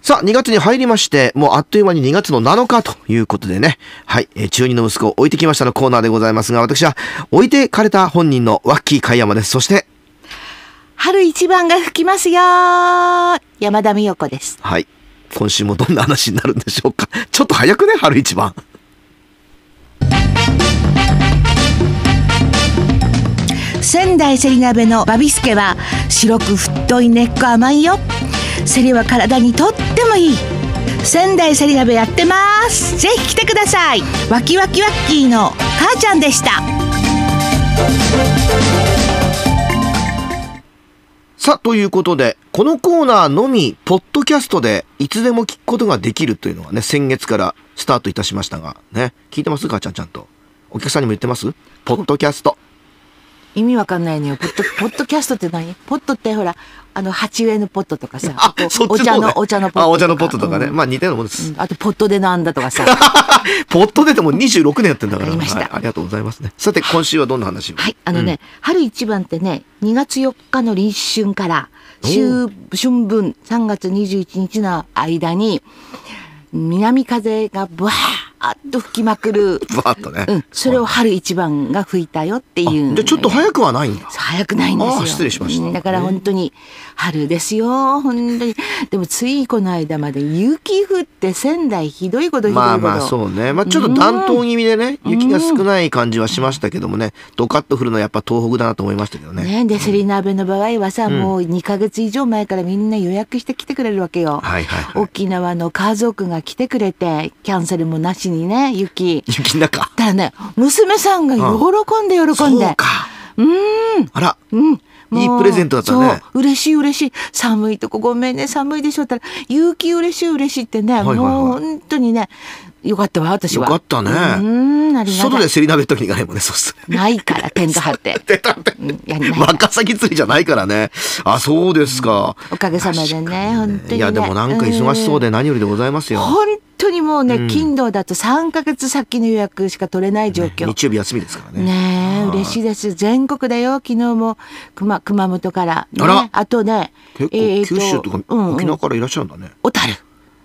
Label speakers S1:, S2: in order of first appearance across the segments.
S1: さあ、2月に入りまして、もうあっという間に2月の7日ということでね。はい。中二の息子を置いてきましたのコーナーでございますが、私は置いてかれた本人のワッキー貝山です。そして、
S2: 春一番が吹きますよ。山田美代子です。
S1: はい。今週もどんな話になるんでしょうか。ちょっと早くね、春一番。
S2: 仙台せり鍋のバビスケは白く太い根っこ甘いよ。セリは体にとってもいい。仙台せり鍋やってます。ぜひ来てください。ワキワキワッキーの母ちゃんでした。
S1: さあ、ということで、このコーナーのみ、ポッドキャストでいつでも聞くことができるというのがね、先月からスタートいたしましたが、ね、聞いてますか、ちゃんと。お客さんにも言ってます？ポッドキャスト。
S2: 意味わかんないのよ。ポッドキャストって何？ポットってほら、鉢植えのポットとかさ、あとお茶のポットとか。
S1: あ、お茶のポットとかね。まあ似たようなものです。
S2: あとポットでなんだとかさ。
S1: ポットでても26年やってんだから。
S2: ありました。
S1: ありがとうございますね。さて、今週はどんな話を？
S2: はい、春一番ってね、2月4日の立春から、春分3月21日の間に、南風がブワーッと吹きまくる。
S1: ブワーッとね。
S2: それを春一番が吹いたよっていう、
S1: じゃあちょっと早くはないんだ。
S2: 早くないんですよ。
S1: 失礼しました。
S2: だから本当に春ですよ。本当に。でもついこの間まで雪降って仙台ひどいこと。
S1: まあそうね。まあちょっと暖冬気味でね、雪が少ない感じはしましたけどもね、ドカッと降るのはやっぱ東北だなと思いましたけどね。
S2: で、せり鍋の場合はさ、もう2ヶ月以上前からみんな予約して来てくれるわけよ。沖縄の家族が来てくれて、キャンセルもなしにね、雪
S1: の中。
S2: だからね、娘さんが喜んで。そうか。
S1: あら。いいプレゼントだったね。
S2: そう、嬉しい。寒いとこごめんね、寒いでしょったら、雪嬉しいってね、もう本当にね、よかったわ、私は。
S1: よかったね。外でせり鍋っときに行かないもんね、そうする。
S2: ないから、テント張って。
S1: ワカサギ釣りじゃないからね。あ、そうですか。
S2: おかげさまでね、本当に。
S1: いや、でもなんか忙しそうで何よりでございますよ。
S2: 本当にもうね、金土だと3ヶ月先の予約しか取れない状況。
S1: 日曜日休みですからね。
S2: ねえ、嬉しいです。全国だよ、昨日も熊本から。あとね、
S1: 結構九州とか沖縄からいらっしゃるんだね。
S2: 小樽。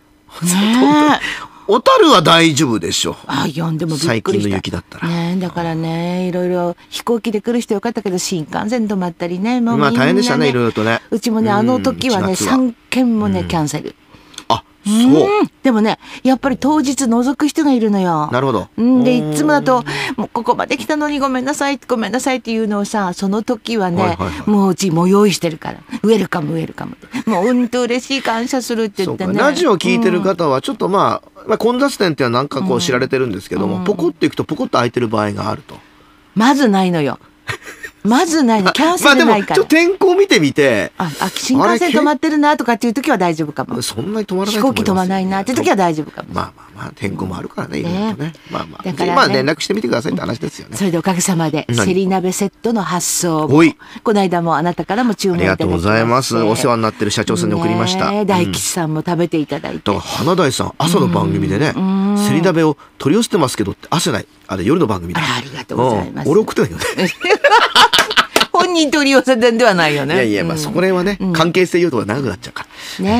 S1: 小樽は大丈夫でしょ。
S2: 読んでもびっくりした。
S1: 最近の雪だったら。
S2: だからね、いろいろ飛行機で来る人よかったけど、新幹線止まったりね、もうみんなね。
S1: まあ大変でしたね、いろいろとね。
S2: うちもね、あの時はね、3件もね、キャンセル。
S1: そう。
S2: でもね、やっぱり当日覗く人がいるのよ。
S1: なるほど。
S2: で、いつもだと、もうここまで来たのにごめんなさいっていうのをさ、その時はね、もううちもう用意してるから、ウェルカム。もう本当嬉しい、感謝するって言ってね。
S1: ラジオ聞いてる方は、ちょっとまあ、混雑点っていうのはなんかこう知られてるんですけども、ポコっていくとポコッと空いてる場合があると。
S2: まずないのよ。まずないの。キャンセルないから。
S1: ちょっと天候見てみて。
S2: 新幹線止まってるなとかっていう時は大丈夫かも。
S1: そんなに止まらない
S2: 飛行機止まらないなっていう時は大丈夫かも。
S1: まあ、天候もあるからね、いろいろとね。まあ連絡してみてくださいって話ですよね。
S2: それでおかげさまで、せり鍋セットの発送も。この間もあなたからも注文いただきまして。
S1: ありがとうございます。お世話になってる社長さんに送りました。
S2: 大吉さんも食べていただいて。
S1: だから花大さん、朝の番組でね、せり鍋を取り寄せてますけどって朝ない。あれ夜の番組で。
S2: ありがとうございます。
S1: 俺送ってないよね。
S2: 本人取り寄せてんではないよね。
S1: いや、まあそこら辺はね、関係性用途が長くなっちゃうから。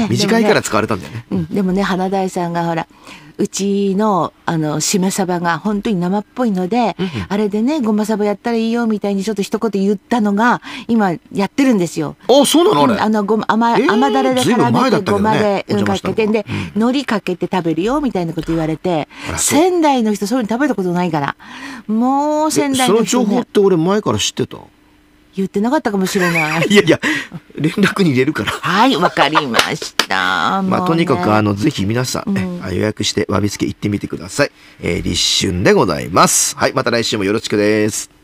S1: 短いから使われたんだよね。
S2: でもね、花大さんがほら、うちのしめ鯖が本当に生っぽいので、あれでね、ごま鯖やったらいいよみたいにちょっと一言言ったのが今やってるんですよ。
S1: そうなの？あれ
S2: 甘だれで絡めてごまでかけてで海苔かけて食べるよみたいなこと言われて、仙台の人そういうの食べたことないから、もう仙台の人
S1: その情報って俺前から知ってた？
S2: 言ってなかったかもしれない。
S1: いや連絡に入れるから。
S2: はい、わかりました。
S1: まあとにかくぜひ皆さん、予約してわびつけ行ってみてください。立春でございます。はい、また来週もよろしくです。